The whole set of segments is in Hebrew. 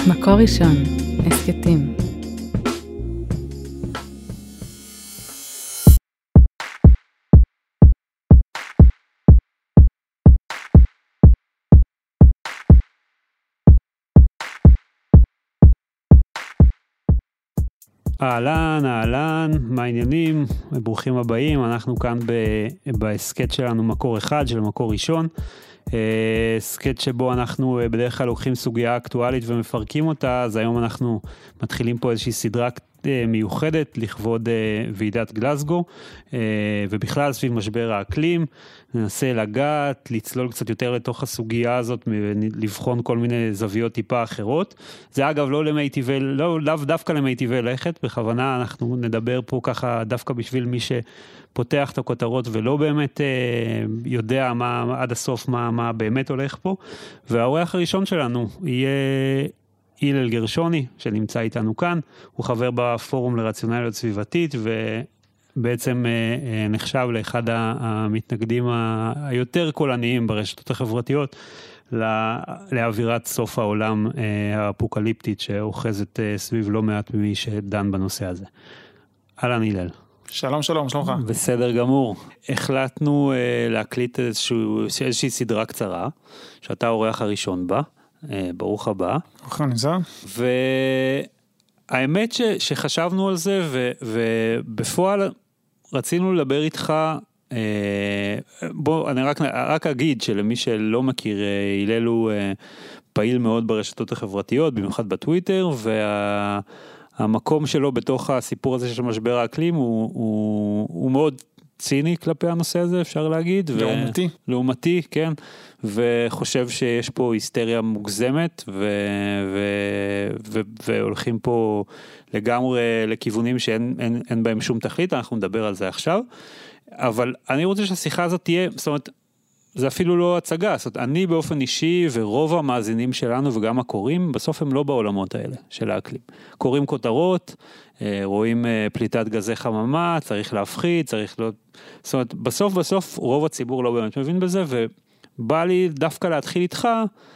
מקור ראשון, הסקטים. אהלן, מה העניינים? ברוכים הבאים, אנחנו כאן בהסקט שלנו מקור אחד של מקור ראשון, הסקט שבו אנחנו בדרך כלל לוקחים סוגיה אקטואלית ומפרקים אותה, אז היום אנחנו מתחילים פה איזושהי סדרה מיוחדת לכבוד ועידת גלזגו, ובכלל סביב משבר האקלים, ננסה לגעת, לצלול קצת יותר לתוך הסוגיה הזאת, לבחון כל מיני זוויות טיפה אחרות. זה אגב לאו דווקא למיטיבי לכת, בכוונה אנחנו נדבר פה ככה דווקא בשביל מי שפותח את הכותרות ולא באמת יודע עד הסוף מה באמת הולך פה. והאורח הראשון שלנו יהיה הלל גרשוני, שנמצא איתנו כאן, הוא חבר בפורום לרציונליות סביבתית, ובעצם נחשב לאחד המתנגדים היותר קולניים ברשתות החברתיות, לאווירת סוף העולם האפוקליפטית, שאוחזת סביב לא מעט ממי שדן בנושא הזה. אהלן הלל. שלום, שלומך. בסדר גמור. החלטנו להקליט איזושהי סדרה קצרה, שאתה האורח הראשון בה, ברוך הבא. והאמת שחשבנו על זה, ובפועל רצינו לדבר איתך, בוא, אני רק אגיד שלמי שלא מכיר, הלל הוא פעיל מאוד ברשתות החברתיות, במיוחד בטוויטר, והמקום שלו בתוך הסיפור הזה של משבר האקלים, הוא מאוד ציני כלפי הנושא הזה, אפשר להגיד. לעומתי, כן. וחושב שיש פה היסטריה מוגזמת, והולכים פה לגמרי לכיוונים שאין בהם שום תכלית, אנחנו נדבר על זה עכשיו. אבל אני רוצה שהשיחה הזאת תהיה, זאת אומרת, זה אפילו לא הצגה, זאת אומרת, אני באופן אישי ורוב המאזינים שלנו וגם הקוראים, בסוף הם לא בעולמות האלה של האקלים. קוראים כותרות, רואים פליטת גזי חממה, צריך להפחית, צריך לא... זאת אומרת, בסוף רוב הציבור לא באמת מבין בזה, ובא לי דווקא להתחיל איתך,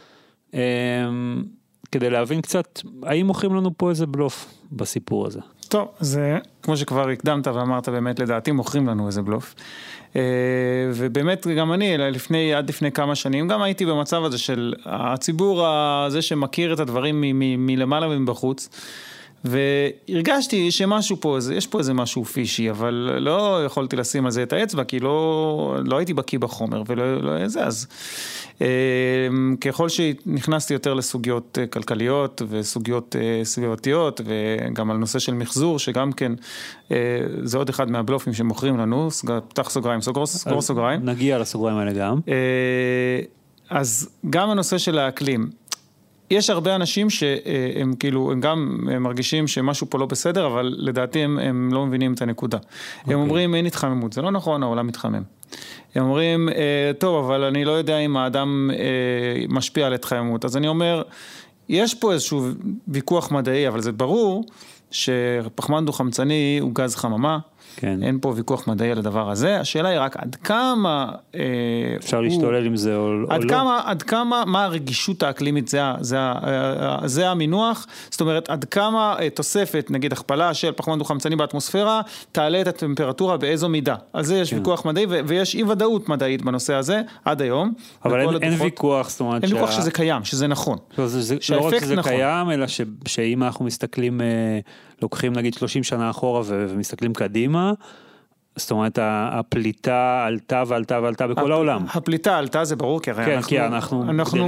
כדי להבין קצת, האם מוכרים לנו פה איזה בלוף בסיפור הזה? טוב, זה כמו שכבר הקדמת ואמרת באמת, לדעתי מוכרים לנו איזה בלוף. ובאמת גם אני, עד לפני כמה שנים, גם הייתי במצב הזה של הציבור הזה שמכיר את הדברים מלמעלה ומבחוץ, והרגשתי שמשהו פה, יש פה איזה משהו פישי, אבל לא יכולתי לשים על זה את האצבע, כי לא הייתי בקיא בחומר, ולא איזה, אז ככל שנכנסתי יותר לסוגיות כלכליות, וסוגיות סביבתיות, וגם על נושא של מחזור, שגם כן, זה עוד אחד מהבלופים שמוכרים לנו, פתח סוגריים, סגור סוגריים. נגיע לסוגריים האלה גם. אז גם הנושא של האקלים, יש הרבה אנשים שהם כאילו, הם גם מרגישים שמשהו פה לא בסדר, אבל לדעתי הם לא מבינים את הנקודה. הם אומרים, אין התחממות, זה לא נכון, העולם מתחמם. הם אומרים, טוב, אבל אני לא יודע אם האדם משפיע על התחממות. אז אני אומר, יש פה איזשהו ויכוח מדעי, אבל זה ברור שפחמן דו-חמצני הוא גז חממה, כן. אין פה ויכוח מדעי על הדבר הזה, השאלה היא רק עד כמה אפשר להשתולל עם זה או לא. עד כמה, מה הרגישות האקלימית, זה המינוח, זאת אומרת, עד כמה תוספת, נגיד הכפלה של פחמן דו-חמצני באטמוספירה, תעלה את הטמפרטורה באיזו מידה. על זה יש ויכוח מדעי, ויש אי ודאות מדעית בנושא הזה, עד היום. אבל אין ויכוח, זאת אומרת, אין ויכוח שזה קיים, שזה נכון. לא רק שזה קיים, אלא שאם אנחנו מסתכלים, לוקחים נגיד 30 שנה אחורה ומסתכלים קדימה, זאת אומרת, הפליטה עלתה ועלתה ועלתה בכל העולם. הפליטה עלתה, זה ברור, כי אנחנו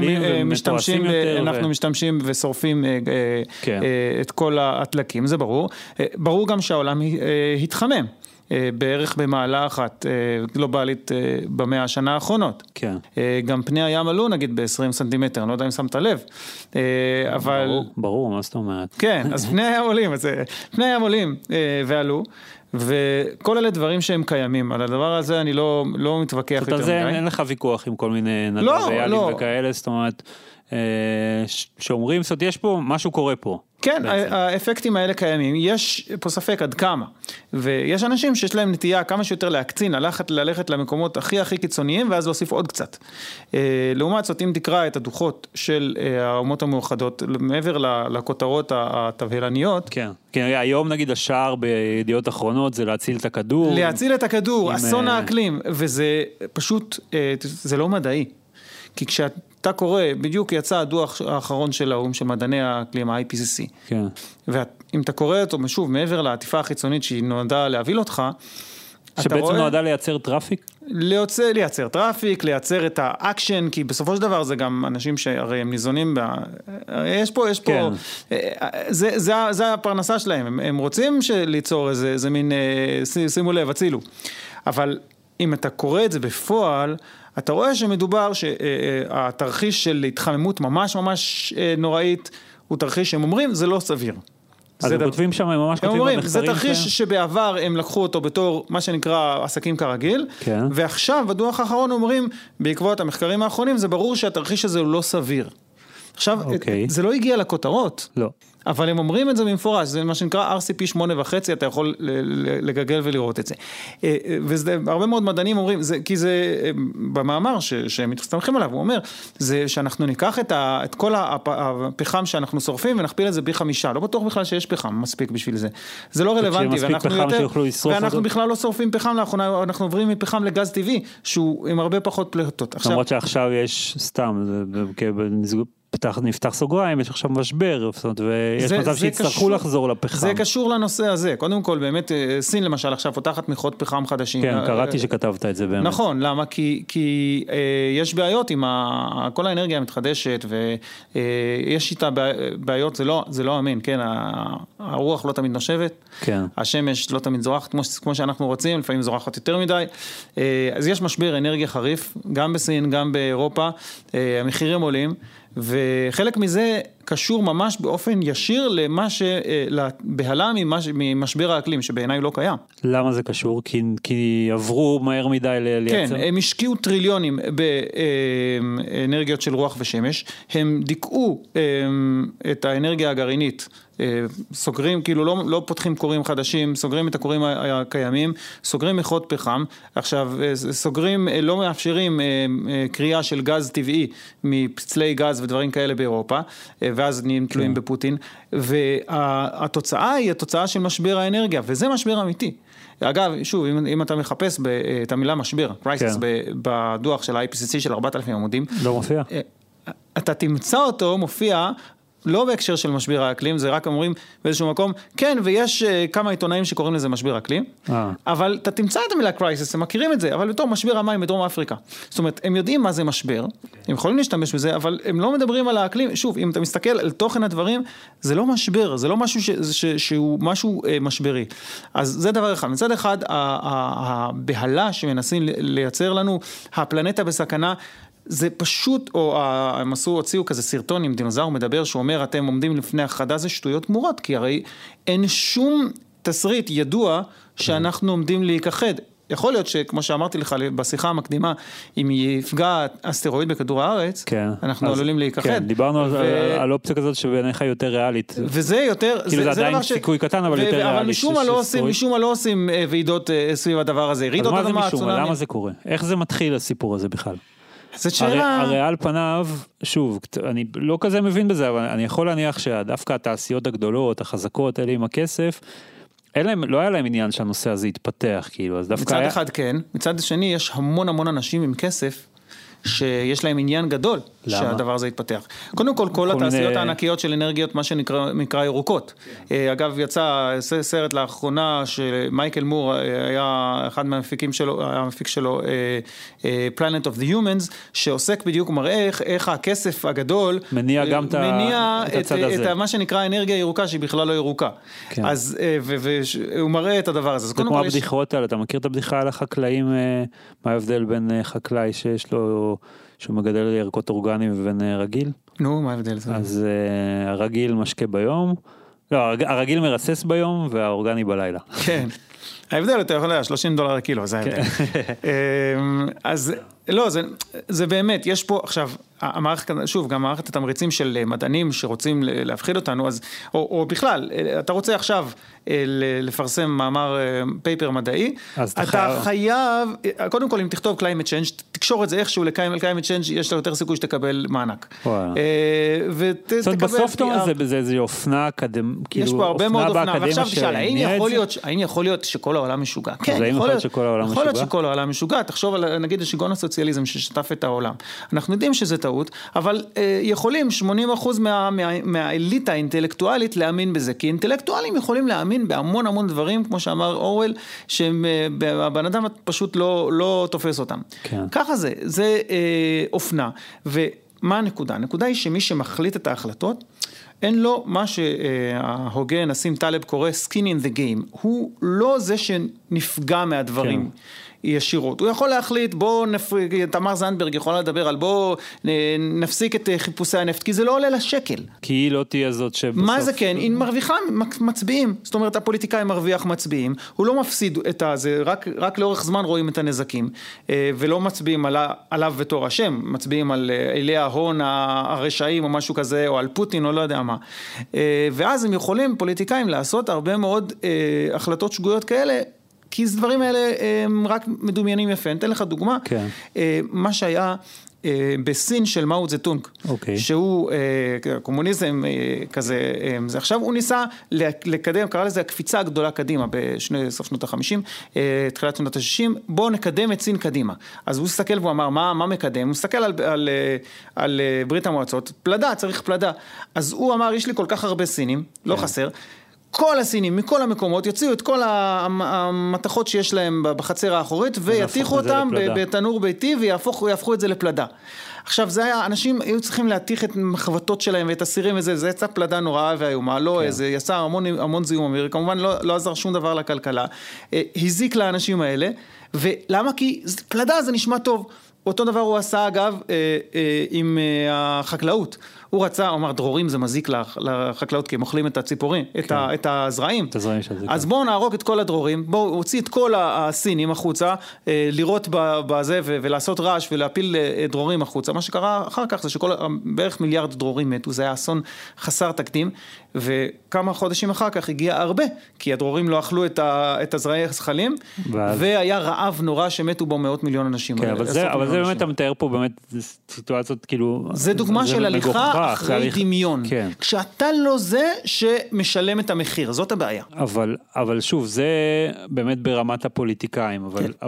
משתמשים ושורפים את כל הדלקים, זה ברור. ברור גם שהעולם התחמם. בערך במעלה אחת גלובלית במאה השנה האחרונות. כן. גם פני הים עלו נגיד ב-20 סנטימטר, אני לא יודע אם שמת לב. אבל... ברור, מה זאת אומרת? כן, אז פני הים עולים ועלו, וכל אלה דברים שהם קיימים. על הדבר הזה אני לא מתווכח יותר מדי. אין לך ויכוח עם כל מיני נדל"נים וכאלה, זאת אומרת, שאומרים, יש פה, משהו קורה פה. כן, האפקטים האלה קיימים, יש פה ספק עד כמה, ויש אנשים שיש להם נטייה כמה שיותר להקצין, ללכת למקומות הכי קיצוניים, ואז להוסיף עוד קצת. לעומת זאת, אם תקרא את הדוחות של האומות המאוחדות, מעבר לכותרות התבהלניות, כן, היום נגיד השער בידיעות אחרונות זה להציל את הכדור. להציל את הכדור, אסון האקלים, וזה פשוט, זה לא מדעי. כי כשאתה קורא, בדיוק יצא הדוח האחרון של האו"ם, של מדעני האקלים, ה-IPCC. כן. ואם אתה קורא אותו, שוב, מעבר לעטיפה החיצונית שהיא נועדה להביל אותך, שבעצם נועדה לייצר טראפיק? לייצר טראפיק, לייצר את האקשן, כי בסופו של דבר זה גם אנשים שהרי הם ניזונים, יש פה, זה הפרנסה שלהם, הם רוצים ליצור איזה מין, שימו לב, הצילו. אבל אם אתה קורא את זה בפועל, אתה רואה שמדובר שהתרחיש של התחממות ממש נוראית, הוא תרחיש שהם אומרים, זה לא סביר. אז הם כותבים שם, הם ממש כותבים במחקרים. זה תרחיש שבעבר הם לקחו אותו בתור מה שנקרא עסקים כרגיל, ועכשיו בדוח האחרון אומרים, בעקבות המחקרים האחרונים, זה ברור שהתרחיש הזה הוא לא סביר. עכשיו, זה לא הגיע לכותרות. לא. אבל הם אומרים את זה במפורש, זה מה שנקרא RCP 8.5, אתה יכול לגגל ולראות את זה. וזה, הרבה מאוד מדענים אומרים, כי זה במאמר שהם מסתמכים עליו, הוא אומר, זה שאנחנו ניקח את כל הפחם שאנחנו שורפים ונכפיל את זה ב5, לא בטוח בכלל שיש פחם מספיק בשביל זה. זה לא רלוונטי, ואנחנו בכלל לא שורפים פחם, אנחנו עוברים מפחם לגז טבעי, שהוא עם הרבה פחות פליטות. למרות שעכשיו יש סתם, נפתח סוגריים, יש עכשיו משבר, ויש מצב שיצטרכו לחזור לפחם. זה קשור לנושא הזה. קודם כל, באמת, סין למשל עכשיו פותחת מכרות פחם חדשים. כן, קראתי שכתבת את זה באמת. נכון, למה? כי יש בעיות עם כל האנרגיה המתחדשת, ויש איתה בעיות, זה לא אמין, כן, הרוח לא תמיד נושבת, השמש לא תמיד זורחת, כמו שאנחנו רוצים, לפעמים זורחת יותר מדי, אז יש משבר אנרגיה חריף, גם בסין, גם באירופה, המחירים עולים, וחלק מזה קשור ממש באופן ישיר למה שבהלה ממשבר האקלים, שבעיניי לא קיים. למה זה קשור? כי עברו מהר מדי לייצר? כן, הם השקיעו טריליונים באנרגיות של רוח ושמש, הם דיכאו את האנרגיה הגרעינית, סוגרים, כאילו לא פותחים קורים חדשים, סוגרים את הקורים הקיימים, סוגרים מכרות פחם, עכשיו סוגרים, לא מאפשרים קריאה של גז טבעי מפצלי גז ודברים כאלה באירופה, ואז נהיים תלויים בפוטין, והתוצאה היא התוצאה של משבר האנרגיה, וזה משבר אמיתי. אגב, שוב, אם אתה מחפש את המילה משבר, crisis, בדוח של ה-IPCC של 4,000 עמודים, לא מופיע. אתה תמצא אותו, מופיע, לא בהקשר של משבר האקלים, זה רק אומרים באיזשהו מקום, כן, ויש כמה עיתונאים שקוראים לזה משבר אקלים, אבל אתה תמצא את המילה קרייסיס, הם מכירים את זה, אבל בתור משבר המים בדרום אפריקה. זאת אומרת, הם יודעים מה זה משבר, הם יכולים להשתמש בזה, אבל הם לא מדברים על האקלים. שוב, אם אתה מסתכל על תוכן הדברים, זה לא משבר, זה לא משהו שהוא משהו משברי. אז זה דבר אחד. מצד אחד, הבהלה שמנסים לייצר לנו, הפלנטה בסכנה, זה פשוט, או הם הוציאו כזה סרטון עם דינוזאור מדבר, שאומר, אתם עומדים לפני החדה, זה שטויות גמורות, כי הרי אין שום תסריט ידוע שאנחנו עומדים להיכחד. יכול להיות שכמו שאמרתי לך בשיחה המקדימה, אם יפגע אסטרואיד בכדור הארץ, אנחנו עלולים להיכחד. כן, דיברנו על אופציה כזאת שבעיניך יותר ריאלית. וזה יותר, כאילו זה עדיין סיכוי קטן, אבל יותר ריאלית. אבל משום מה לא עושים ועידות סביב הדבר הזה. אז מה זה משום? למה זה קורה? איך זה מתחיל הסיפור הזה בכלל? הרי על פניו, שוב, אני לא כזה מבין בזה, אבל אני יכול להניח שדווקא התעשיות הגדולות, החזקות, אלה עם הכסף, לא היה להם עניין שהנושא הזה יתפתח, כאילו, אז דווקא מצד אחד כן, מצד שני יש המון אנשים עם כסף, שיש להם עניין גדול שהדבר הזה יתפתח. קודם כל התעשיות הענקיות של אנרגיות, מה שנקרא ירוקות. אגב, יצא סרט לאחרונה שמייקל מור היה אחד מהמפיקים שלו, המפיק שלו, Planet of the Humans, שעוסק בדיוק ומראה איך הכסף הגדול מניע גם את הצד הזה. את מה שנקרא אנרגיה ירוקה שהיא בכלל לא ירוקה. אז והוא מראה את הדבר הזה. זה כמו הבדיחות האלה, אתה מכיר את הבדיחה על החקלאים, מה ההבדל בין חקלאי שיש לו שהוא מגדל ירקות אורגניים ובין רגיל? נו, מה ההבדל? אז הרגיל משקה ביום, לא, הרגיל מרסס ביום והאורגני בלילה. כן. ההבדל, אתה יכול $30 קילו, זה ההבדל. אז לא, זה באמת, יש פה, עכשיו, המערכת, שוב, גם מערכת התמריצים של מדענים שרוצים להפחיד אותנו, אז, או בכלל, אתה רוצה עכשיו לפרסם מאמר פייפר מדעי, אתה חייב, קודם כל אם תכתוב climate change, תקשור את זה איכשהו ל-climate change, יש לו יותר סיכוי שתקבל מענק. בסוף זה אופנה אקדמית, יש פה הרבה מאוד אופנה, ועכשיו תשאל, האם יכול להיות שכל העולם משוגע? כן, יכול להיות שכל העולם משוגע, תחשוב על, נגיד, השיגעון הסוציאליזם ששטף את העולם. אנחנו יודעים שזה טעות, אבל יכולים 80% מהאליטה האינטלקטואלית להאמין בזה, כי אינטלקטואלים יכולים להאמין בהמון המון דברים, כמו שאמר אורוול, שהבן אדם פשוט לא תופס אותם. ככה זה אופנה. ומה הנקודה? הנקודה היא שמי שמחליט את ההחלטות, אין לו מה שההוגה נסים טלב קורא skin in the game, הוא לא זה שנפגע מהדברים. ישירות. הוא יכול להחליט, תמר זנדברג יכולה לדבר על בוא נפסיק את חיפושי הנפט, כי זה לא עולה לשקל. כי היא לא תהיה זאת שבסוף... מה זה כן? היא מרוויחה מצביעים. זאת אומרת, הפוליטיקאי מרוויח מצביעים, הוא לא מפסיד את זה, רק לאורך זמן רואים את הנזקים, ולא מצביעים עליו בתור השם, מצביעים על אילי ההון הרשעים או משהו כזה, או על פוטין או לא יודע מה. ואז הם יכולים, פוליטיקאים, לעשות הרבה מאוד החלטות שגויות כאלה, כי הדברים האלה הם רק מדומיינים יפה. אני אתן לך דוגמה. כן. מה שהיה בסין של מאו צטונג, שהוא קומוניזם כזה, עכשיו הוא ניסה לקדם, קרא לזה הקפיצה הגדולה קדימה, בסוף שנות ה-50, תחילת שנות ה-60, בואו נקדם את סין קדימה. אז הוא הסתכל והוא אמר, מה מקדם? הוא הסתכל על ברית המועצות, פלדה, צריך פלדה. אז הוא אמר, יש לי כל כך הרבה סינים, לא חסר, כל הסינים, מכל המקומות, יוציאו את כל המתכות שיש להם בחצר האחורית, ויתיחו אותם בתנור ביתי, ויהפכו את זה לפלדה. עכשיו, זה היה, אנשים היו צריכים להתיך את מחוותות שלהם, ואת הסירים וזה, זה יצא פלדה נוראה והיומה, לא איזה, יצא המון זיהום אוויר, כמובן לא עזר שום דבר לכלכלה, הזיק לאנשים האלה, ולמה? כי פלדה זה נשמע טוב. אותו דבר הוא עשה אגב עם החקלאות. הוא רצה, הוא אמר, דרורים זה מזיק לחקלאות, כי הם אוכלים את הציפורים, את הזרעים. אז בואו נהרוג את כל הדרורים, בואו הוציא את כל הסינים החוצה, לראות בזה ולעשות רעש ולהפיל דרורים החוצה. מה שקרה אחר כך זה בערך מיליארד דרורים מתו, זה היה אסון חסר תקדים, וכמה חודשים אחר כך הגיע הרבה, כי הדרורים לא אכלו את הזרעי הזחלים, והיה רעב נורא שמתו בו 100 מיליון אנשים. אבל זה באמת אתה מתאר פה באמת סיטואציות כאילו... זה דוגמה של הליכה אחרי דמיון. כשאתה לא זה שמשלם את המחיר, זאת הבעיה. אבל שוב, זה באמת ברמת הפוליטיקאים,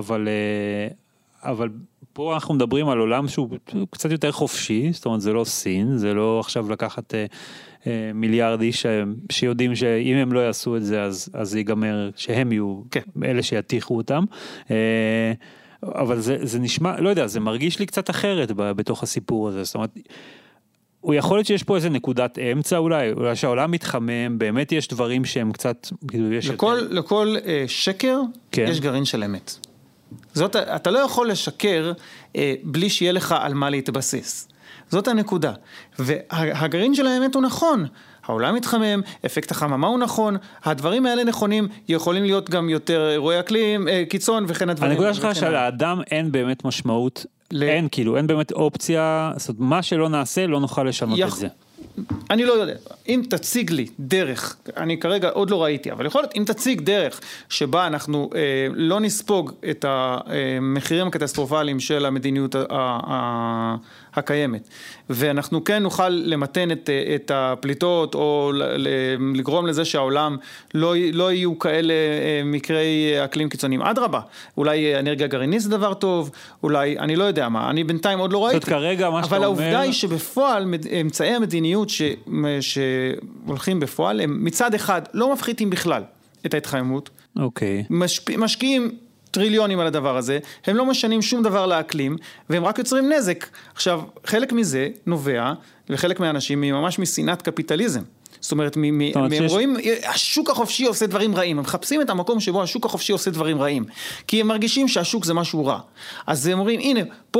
אבל פה אנחנו מדברים על עולם שהוא קצת יותר חופשי, זאת אומרת זה לא סין, זה לא עכשיו לקחת מיליארד איש שיודעים שאם הם לא יעשו את זה אז זה ייגמר שהם יהיו אלה שיתיחו אותם, אבל זה נשמע, לא יודע, זה מרגיש לי קצת אחרת בתוך הסיפור הזה, זאת אומרת, הוא יכול להיות שיש פה איזה נקודת אמצע אולי שהעולם מתחמם, באמת יש דברים שהם קצת, לכל שקר יש גרעין של אמת. אתה לא יכול לשקר בלי שיהיה לך על מה להתבסס. זאת הנקודה. והגרעין של האמת הוא נכון. העולם מתחמם, אפקט החממה הוא נכון, הדברים האלה נכונים, יכולים להיות גם יותר אירועי אקלים, קיצון וכן הדברים. הנקודה שלך שלאדם אין באמת משמעות, אין באמת אופציה, זאת אומרת, מה שלא נעשה לא נוכל לשנות את זה. אני לא יודע, אם תציג לי דרך, אני כרגע עוד לא ראיתי, אבל יכול להיות, אם תציג דרך שבה אנחנו לא נספוג את המחירים הקטסטרופליים של המדיניות הקיימת, ואנחנו כן נוכל למתן את הפליטות, או לגרום לזה שהעולם לא יהיו כאלה מקרי אקלים קיצוניים. אדרבה, אולי אנרגיה גרעינית זה דבר טוב, אולי, אני לא יודע מה, אני בינתיים עוד לא ראיתי. אבל העובדה היא שבפועל, אמצעי המדיניות שהולכים בפועל, הם מצד אחד לא מפחיתים בכלל את ההתחממות. משקיעים טריליונים על הדבר הזה, הם לא משנים שום דבר לאקלים, והם רק יוצרים נזק. עכשיו, חלק מזה נובע, וחלק מהאנשים ממש משנאת קפיטליזם. זאת אומרת, הם רואים, השוק החופשי עושה דברים רעים, הם מחפשים את המקום שבו השוק החופשי עושה דברים רעים, כי הם מרגישים שהשוק זה משהו רע. אז הם אומרים, הנה, פה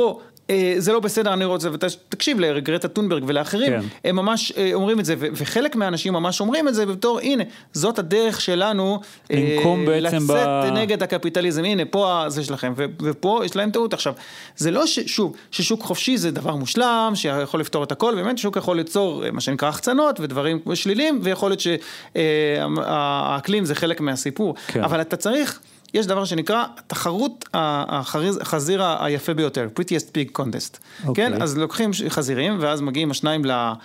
זה לא בסדר, אני רוצה, ותקשיב לגרטה טונברג ולאחרים, הם ממש אומרים את זה, וחלק מהאנשים ממש אומרים את זה, בתור, הנה, זאת הדרך שלנו, לצאת נגד הקפיטליזם, הנה, פה זה שלכם, ופה יש להם טעות. עכשיו, זה לא שוב, ששוק חופשי זה דבר מושלם, שיכול לפתור את הכל, באמת שוק יכול ליצור מה שנקרא החצנות, ודברים שלילים, ויכול להיות שהאקלים זה חלק מהסיפור, אבל אתה צריך, יש דבר שנקרא תחרות החזיר היפה ביותר, prettiest pig contest. כן? אז לוקחים חזירים, ואז מגיעים השניים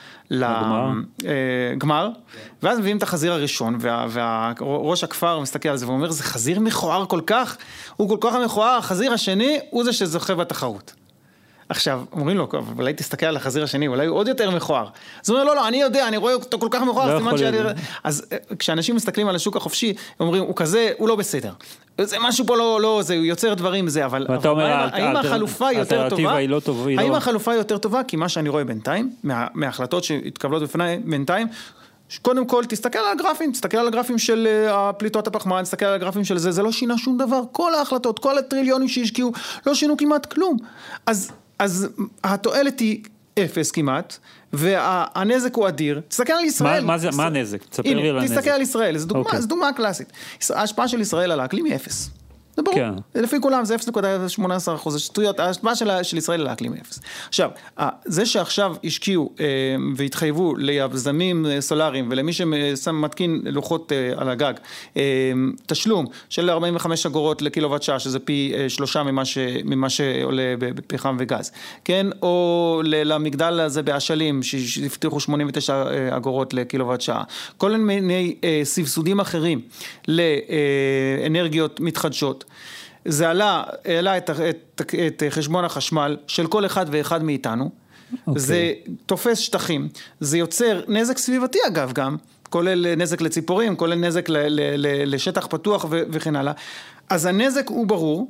לגמר, ואז מביאים את החזיר הראשון, וראש הכפר מסתכל על זה, ואומר, זה חזיר מכוער כל כך, הוא כל כך מכוער, החזיר השני הוא זה שזוכה בתחרות. עכשיו, אומרים לו, אולי תסתכל על החזיר השני, אולי הוא עוד יותר מכוער. אז הוא אומר, לא, אני יודע, אני רואה אותו כל כך מכוער, אז כשאנשים מסתכלים על השוק החופשי, אומרים, הוא כזה, הוא לא בסדר. זה משהו פה לא, זה יוצר דברים, זה, אבל האם החלופה יותר טובה? האם החלופה יותר טובה? כי מה שאני רואה בינתיים, מההחלטות שהתקבלות בפני בינתיים, קודם כל, תסתכל על הגרפים של הפליטות הפחמן, תסתכל על הגרפים של זה לא שינה שום דבר. כל ההחלטות, כל הטריליונים שהשקיעו, לא שינו כמעט כלום. אז התועלת היא אפס כמעט, והנזק הוא אדיר. תסתכל על ישראל. מה הנזק? תספר לי על הנזק. תסתכל על ישראל, זו דוגמה קלאסית. ההשפעה של ישראל על האקלים היא אפס. זה ברור. לפי כולם זה 0.18%. שטויות, ההשפעה של ישראל על האקלים היא אפס. עכשיו, זה שעכשיו השקיעו והתחייבו ליזמים סולאריים, ולמי שמתקין לוחות על הגג, תשלום של 45 אגורות לקילוואט שעה, שזה פי 3 ממה שעולה בפחם וגז. כן? או למגדל הזה באשלים, שהבטיחו 89 אגורות לקילוואט שעה. כל מיני סבסודים אחרים לאנרגיות מתחדשות. זה העלה את חשבון החשמל של כל אחד ואחד מאיתנו, זה תופס שטחים, זה יוצר נזק סביבתי אגב גם, כולל נזק לציפורים, כולל נזק לשטח פתוח וכן הלאה. אז הנזק הוא ברור,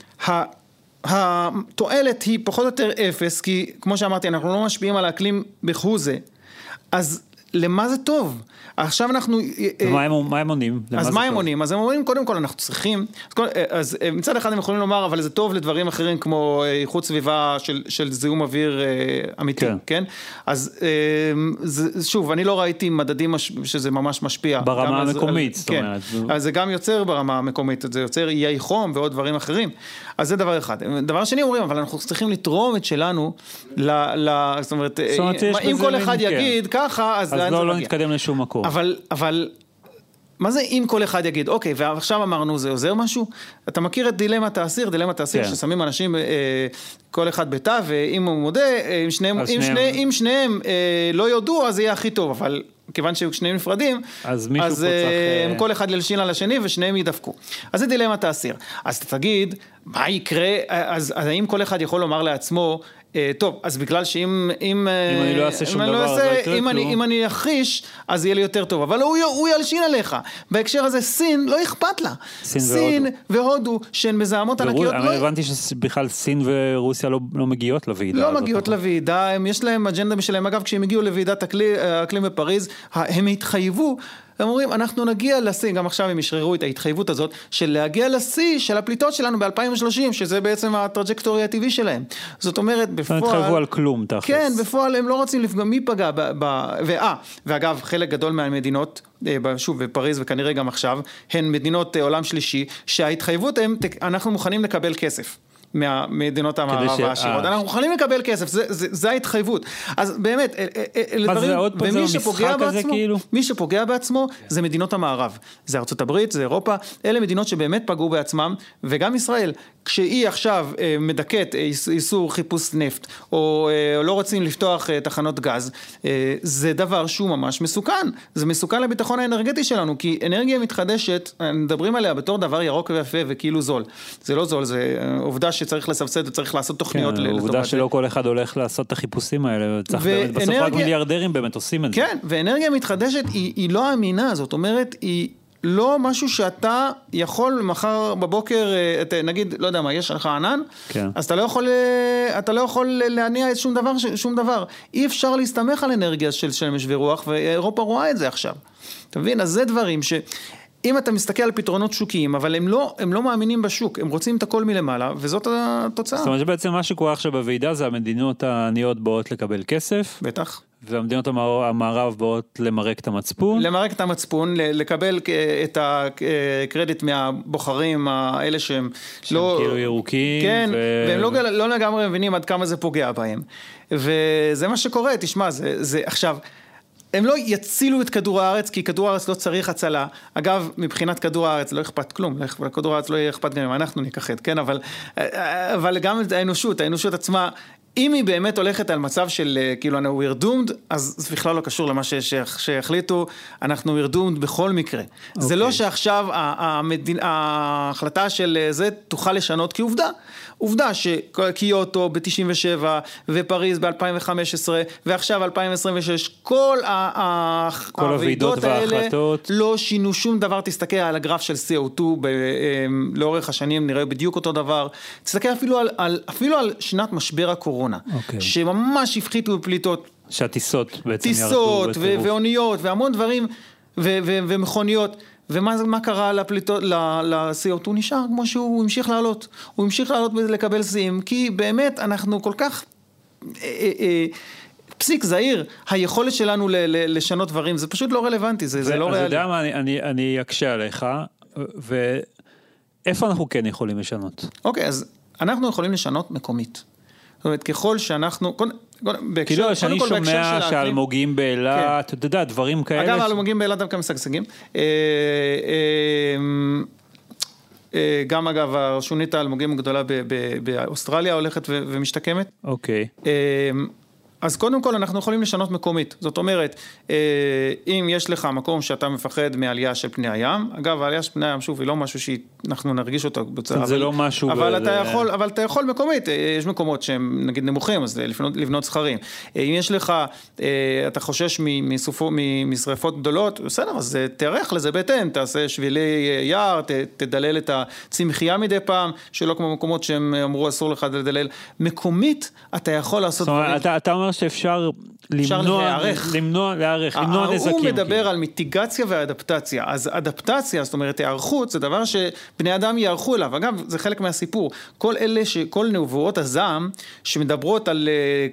התועלת היא פחות או יותר אפס, כי כמו שאמרתי, אנחנו לא משפיעים על האקלים בחוזה, אז למה זה טוב? עכשיו אנחנו... מה הם עונים? אז מה הם עונים? אז הם אומרים, קודם כל אנחנו צריכים, אז מצד אחד הם יכולים לומר, אבל זה טוב לדברים אחרים כמו איכות סביבה של זיהום אוויר אמיתי, כן? אז שוב, אני לא ראיתי מדדים שזה ממש משפיע. ברמה המקומית, זאת אומרת. אז זה גם יוצר ברמה המקומית, זה יוצר איי חום ועוד דברים אחרים. אז זה דבר אחד. דבר שני אומרים, אבל אנחנו צריכים לתרום את שלנו, זאת אומרת, אם כל אחד יגיד ככה, אז לא נתקדם לשום מקום. אבל מה זה אם כל אחד יגיד, אוקיי, ועכשיו אמרנו, זה עוזר משהו? אתה מכיר את דילמת האסיר ששמים אנשים, כל אחד ביתה, ואם הוא מודה, אם שניהם לא יודעו, אז יהיה הכי טוב, אבל כיוון שהיו שניהם נפרדים, אז כל אחד ילשין על השני, ושניהם ידפקו. אז זה דילמת האסיר. אז תגיד, מה יקרה, אז האם כל אחד יכול לומר לעצמו, טוב, אז בגלל שאם אני לא אעשה שום דבר, אם אני אחיש, אז יהיה לי יותר טוב, אבל הוא ילשין עליך. בהקשר הזה, סין לא אכפת לה. סין והודו, שהן מזהמות ענקיות. אני הבנתי שבכלל סין ורוסיה לא מגיעות לוועידה. לא מגיעות לוועידה, יש להם אג'נדה משלהם. אגב, כשהם הגיעו לוועידת האקלים בפריז, הם התחייבו, הם אומרים, אנחנו נגיע לשיא, גם עכשיו הם ישררו את ההתחייבות הזאת, של להגיע לשיא של הפליטות שלנו ב-2030, שזה בעצם הטראג'קטורי הטבעי שלהם. זאת אומרת, בפועל... הם התחייבו על כלום, תכלס. כן, בפועל הם לא רוצים לפגוע, מי פגע? ואגב, חלק גדול מהמדינות, שוב, בפריז וכנראה גם עכשיו, הן מדינות עולם שלישי, שההתחייבות הם, אנחנו מוכנים לקבל כסף. מהמדינות המערב העשירות. אנחנו מוכנים לקבל כסף, זה ההתחייבות. אז באמת, מי שפוגע בעצמו, זה מדינות המערב. זה ארצות הברית, זה אירופה, אלה מדינות שבאמת פגעו בעצמם, וגם ישראל, כשהיא עכשיו מדכאת איסור חיפוש נפט, או לא רוצים לפתוח תחנות גז, זה דבר שהוא ממש מסוכן. זה מסוכן לביטחון האנרגטי שלנו, כי אנרגיה מתחדשת, מדברים עליה בתור דבר ירוק ויפה וכאילו זול. זה לא זול, זה עובדה שצריך לסבסד וצריך לעשות תוכניות. כן, עובדה שלא כל אחד הולך לעשות את החיפושים האלה, בסוף רק מיליארדרים באמת עושים את זה. כן, ואנרגיה מתחדשת היא לא אמינה, זאת אומרת, היא לא משהו שאתה יכול מחר בבוקר, נגיד, לא יודע מה, יש לך ענן, אז אתה לא יכול להניע את שום דבר. אי אפשר להסתמך על אנרגיה של שמש ורוח, ואירופה רואה את זה עכשיו. אתה מבין? אז זה דברים אם אתה מסתכל על פתרונות שוקיים, אבל הם לא מאמינים בשוק, הם רוצים את הכל מלמעלה, וזאת התוצאה. זאת אומרת שבעצם מה שקורה עכשיו בוועידה, זה המדינות העניות באות לקבל כסף. בטח. והמדינות המערב באות למרק את המצפון. למרק את המצפון, לקבל את הקרדיט מהבוחרים האלה שהם לא... כאילו ירוקים. כן, והם לא לגמרי מבינים עד כמה זה פוגע בהם. וזה מה שקורה, תשמע, זה עכשיו... הם לא יצילו את כדור הארץ, כי כדור הארץ לא צריך הצלה. אגב, מבחינת כדור הארץ לא אכפת כלום, לכדור הארץ לא יהיה אכפת גם אם אנחנו נכחד, כן? אבל גם האנושות עצמה, אם היא באמת הולכת על מצב של כאילו we're doomed, אז זה בכלל לא קשור למה שהחליטו, אנחנו we're doomed בכל מקרה. זה לא שעכשיו ההחלטה של זה תוכל לשנות עובדה שקיוטו ב-97 ופריז ב-2015 ועכשיו 2026, כל הוועידות האלה לא שינו שום דבר. תסתכל על הגרף של CO2 לאורך השנים, נראה בדיוק אותו דבר. תסתכל אפילו על שנת משבר הקורונה, שממש הפחיתו בפליטות. שהטיסות בעצם טיסות ואוניות והמון דברים ומכוניות. ומה קרה לפליטות, ל-CO2? הוא נשאר כמו שהוא המשיך לעלות. הוא המשיך לעלות ולקבל שיאים, כי באמת אנחנו כל כך פסיק זהיר, היכולת שלנו לשנות דברים, זה פשוט לא רלוונטי, זה לא ריאלי. אז יודע מה, אני אקשה עליך, ואיפה אנחנו כן יכולים לשנות? אוקיי, אז אנחנו יכולים לשנות מקומית. זאת אומרת, ככל שאנחנו... כאילו, שאני שומע שהאלמוגים באילת, אתה יודע, דברים כאלה. אגב, האלמוגים באילת דווקא משגשגים. גם אגב, הרשונית האלמוגים הגדולה באוסטרליה הולכת ומשתקמת. אוקיי. אז קודם כל אנחנו יכולים לשנות מקומית. זאת אומרת, אם יש לך מקום שאתה מפחד מעלייה של פני הים, אגב, העלייה של פני הים, שוב, היא לא משהו שאנחנו נרגיש אותו בצורה. זה לא משהו... אבל אתה יכול מקומית. יש מקומות שהם נגיד נמוכים, אז לבנות סכרים. אם יש לך, אתה חושש משריפות גדולות, בסדר, אז תערך לזה בהתאם, תעשה שבילי יער, תדלל את הצמחייה מדי פעם, שלא כמו מקומות שהם אמרו אסור לך לדלל. מקומית, אתה יכול לעשות דברים. אתה אומר שאפשר למנוע נזקים. הוא מדבר על מיטיגציה ואדפטציה. אז אדפטציה, זאת אומרת, הערכות, זה דבר שבני אדם יערכו אליו. אגב, זה חלק מהסיפור. כל נבואות הזעם, שמדברות על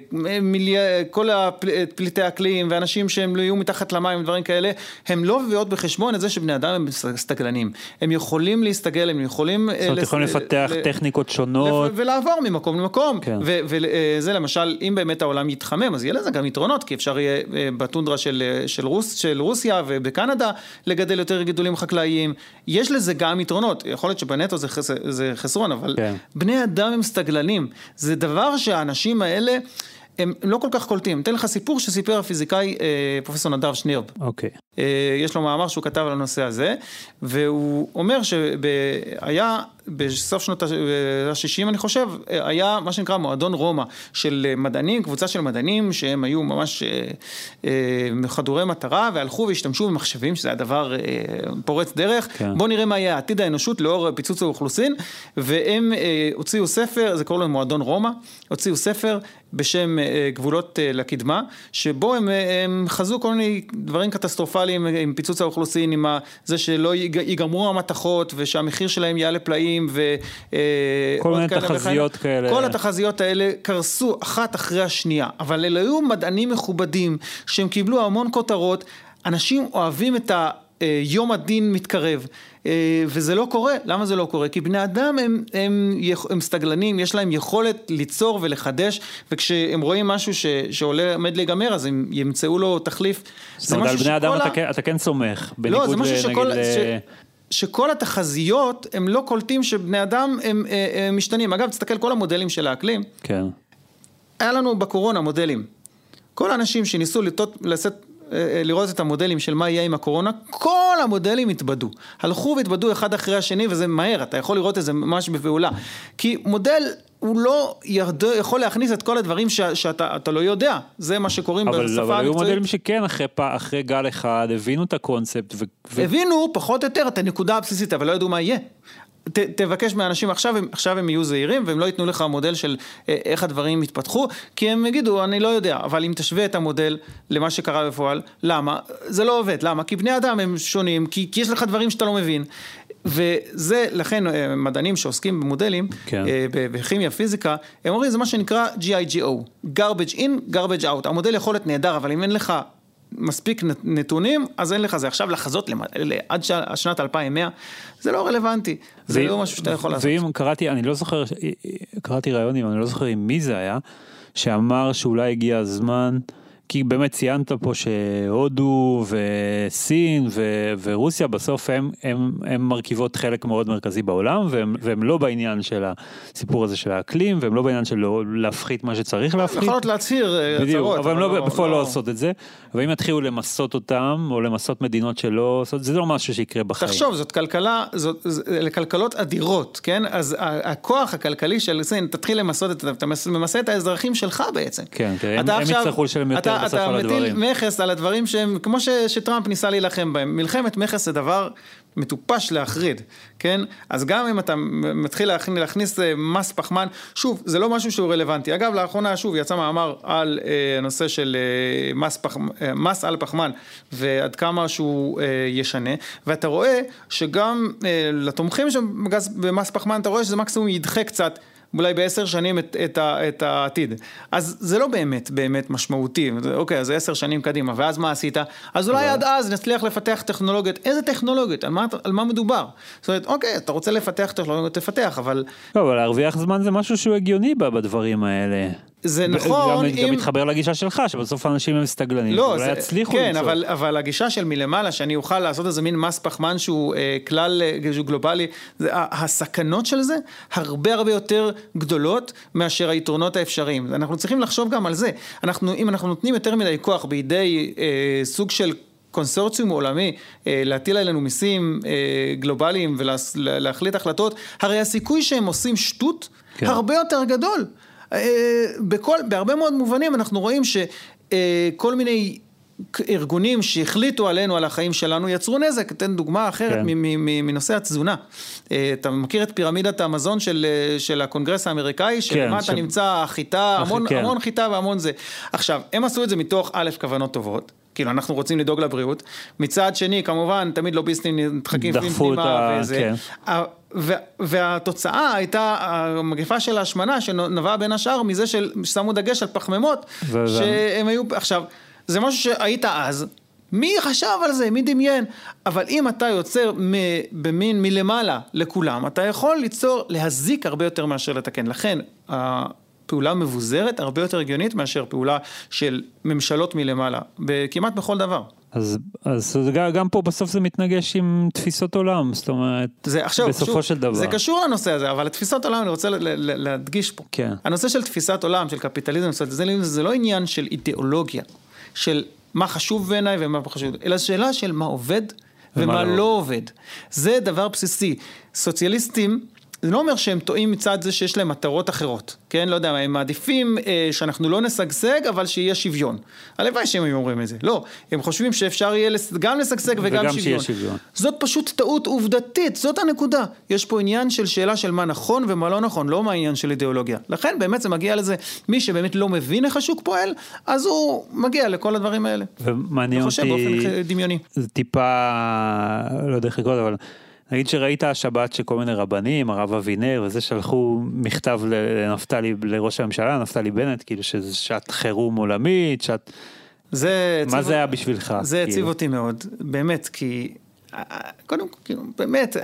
כל פליטי אקלים, ואנשים שהם לא יהיו מתחת למים, ודברים כאלה, הם לא מביאות בחשבון את זה שבני אדם הם סתגלנים. הם יכולים להסתגל, הם יכולים... זאת אומרת, יכולים לפתח טכניקות שונות. ולעבור ממקום למקום. וזה למשל, אם באמת העולם יתחמם, אז יהיה לזה גם יתרונות, כי אפשר יהיה בטונדרה של רוסיה ובקנדה לגדל יותר גידולים חקלאיים. יש לזה גם יתרונות. יכול להיות שבנטו זה חסרון, אבל בני אדם הם סתגלנים. זה דבר שהאנשים האלה הם לא כל כך קולטים. אתן לך סיפור שסיפר הפיזיקאי פרופסור נדב שנירב. אוקיי. יש לו מאמר שהוא כתב על הנושא הזה, והוא אומר שהיה בסוף שנות ה-60 אני חושב, היה מה שנקרא מועדון רומא של מדענים, קבוצה של מדענים שהם היו ממש מחדורי מטרה, והלכו והשתמשו במחשבים, שזה היה דבר פורץ דרך. כן. בוא נראה מה יהיה העתיד האנושות לאור פיצוץ האוכלוסין, והם הוציאו ספר, זה קוראים לו מועדון רומא, הוציאו ספר בשם גבולות לקדמה, שבו הם חזו כל מיני דברים קטסטרופליים עם פיצוץ האוכלוסין, עם זה שלא ייגמרו המתכות, ושהמחיר שלהם יעלה פלאים, כל מיני תחזיות כאלה. כל התחזיות האלה קרסו אחת אחרי השנייה, אבל אלה היו מדענים מכובדים, שהם קיבלו המון כותרות, אנשים אוהבים את יום הדין מתקרב, וזה לא קורה. למה זה לא קורה? כי בני אדם הם סתגלנים, יש להם יכולת ליצור ולחדש, וכשהם רואים משהו שעולה עומד להיגמר, אז הם ימצאו לו תחליף. זאת אומרת, על בני אדם אתה כן סומך, לא, זה משהו שכל התחזיות הם לא קולטים שבני אדם הם משתנים. אגב, תסתכל כל המודלים של האקלים. כן. היה לנו בקורונה מודלים. כל האנשים שניסו לראות את המודלים של מה יהיה עם הקורונה, כל המודלים התבדו. הלכו והתבדו אחד אחרי השני, וזה מהר, אתה יכול לראות את זה ממש בפעולה. כי מודל הוא לא יכול להכניס את כל הדברים שאתה לא יודע. זה מה שקוראים בשפה המקצועית. אבל היו מודלים שכן אחרי גל אחד, הבינו את הקונספט. הבינו פחות או יותר את הנקודה הבסיסית, אבל לא ידעו מה יהיה. תבקש מהאנשים עכשיו הם יהיו זהירים, והם לא ייתנו לך מודל של איך הדברים יתפתחו, כי הם יגידו, אני לא יודע, אבל אם תשווה את המודל למה שקרה בפועל, למה? זה לא עובד, למה? כי בני אדם הם שונים, כי יש לך דברים שאתה לא מבין, וזה, לכן מדענים שעוסקים במודלים, בכימיה, פיזיקה, הם אומרים, זה מה שנקרא GIGO, garbage in, garbage out, המודל יכול להיות נהדר, אבל אם אין לך מספיק נתונים, אז אין לך זה. עכשיו לחזות עד שנת 2100, זה לא רלוונטי. זה לא משהו שאתה יכול לעשות. ואם קראתי, אני לא זוכר, קראתי רעיונים, אני לא זוכר עם מי זה היה, שאמר שאולי הגיע הזמן, כי באמת ציינת פה שהודו וסין ורוסיה בסוף הם מרכיבות חלק מאוד מרכזי בעולם, והם לא בעניין של הסיפור הזה של האקלים, והם לא בעניין של להפחית מה שצריך להפחית. יכולות להצהיר הצהרות. אבל הם בפועל לא עושות את זה, ואם יתחילו למסות אותם, או למסות מדינות שלא עושות, זה לא משהו שיקרה בחיים. תחשוב, זאת כלכלה, לכלכלות אדירות, כן? אז הכוח הכלכלי של סין, תתחיל למסות, אתה ממסה את האזרחים שלך בעצם. כן, הם יצטרכו לשלם יותר בסוף על הדברים. אתה מטיל מכס על הדברים שהם, כמו שטראמפ ניסה להילחם בהם. מלחמת מכס זה דבר מטופש להחריד, כן? אז גם אם אתה מתחיל להכניס מס פחמן, שוב, זה לא משהו שהוא רלוונטי. אגב, לאחרונה, שוב, יצא מאמר על הנושא של מס על פחמן, ועד כמה שהוא ישנה, ואתה רואה שגם לתומכים במס פחמן, אתה רואה שזה מקסימום ידחה קצת, אולי ב10 שנים את העתיד. אז זה לא באמת משמעותי. אוקיי, אז זה 10 שנים קדימה, ואז מה עשית? אז אולי עד אז נצליח לפתח טכנולוגיות. איזה טכנולוגיות? על מה מדובר? זאת אומרת, אוקיי, אתה רוצה לפתח טכנולוגיות, תפתח, אבל... לא, אבל להרוויח זמן זה משהו שהוא הגיוני בדברים האלה. זה נכון, גם מתחבר לגישה שלך, שבסוף האנשים הם מסתגלנים, אולי יצליחו כן, אבל הגישה של מלמעלה, שאני אוכל לעשות איזה מין מס פחמן שהוא כלל גלובלי, הסכנות של זה הרבה יותר גדולות מאשר היתרונות האפשריים. אנחנו צריכים לחשוב גם על זה. אם אנחנו נותנים יותר מדי כוח בידי סוג של קונסורציום עולמי, להטיל עלינו מיסים גלובליים ולהחליט החלטות, הרי הסיכוי שהם עושים שטות הרבה יותר גדול. בהרבה מאוד מובנים אנחנו רואים שכל מיני ארגונים שהחליטו עלינו על החיים שלנו יצרו נזק. אתן דוגמה אחרת מנושא התזונה. אתה מכיר את פירמידת המזון של הקונגרס האמריקאי, שלמטה נמצא חיטה, המון חיטה והמון זה. עכשיו, הם עשו את זה מתוך א' כוונות טובות, כאילו אנחנו רוצים לדאוג לבריאות, מצד שני כמובן תמיד לוביסטים נדחקים פנימה וזה, והתוצאה הייתה המגפה של ההשמנה שנבעה בין השאר מזה ששמו דגש על פחמימות, שהם היו, עכשיו זה משהו שהיית אז, מי חשב על זה, מי דמיין, אבל אם אתה יוצר במין מלמעלה לכולם, אתה יכול ליצור, להזיק הרבה יותר מאשר לתקן, לכן פעולה מבוזרת הרבה יותר הגיונית מאשר פעולה של ממשלות מלמעלה, כמעט בכל דבר. אז גם פה בסוף זה מתנגש עם תפיסות עולם, זאת אומרת, בסופו של דבר. זה קשור לנושא הזה, אבל תפיסות עולם אני רוצה להדגיש פה. כן. הנושא של תפיסת עולם, של קפיטליזם, זה לא עניין של אידיאולוגיה, של מה חשוב בעיניי ומה חשוב, אלא שאלה של מה עובד ומה לא עובד. זה דבר בסיסי. סוציאליסטים, זה לא אומר שהם טועים מצד זה שיש להם מטרות אחרות, כן? לא יודע, הם מעדיפים שאנחנו לא נשגשג, אבל שיהיה שוויון. הלוואי שהם אומרים את זה. לא, הם חושבים שאפשר יהיה גם לשגשג וגם שוויון. זאת פשוט טעות עובדתית, זאת הנקודה. יש פה עניין של שאלה של מה נכון ומה לא נכון, לא מה העניין של אידיאולוגיה. לכן באמת זה מגיע לזה, מי שבאמת לא מבין איך השוק פועל, אז הוא מגיע לכל הדברים האלה. ומעניין אותי, חושב באופן דמיוני. זה טיפה, לא יודע חיקות, אבל נגיד שראית השבת שכל מיני רבנים, הרב אבינר וזה, שלחו מכתב לנפתלי, לראש הממשלה, נפתלי בנט, כאילו שזה שעת חירום עולמית, מה זה היה בשבילך? זה הציב אותי מאוד, באמת, כי קודם כל, באמת,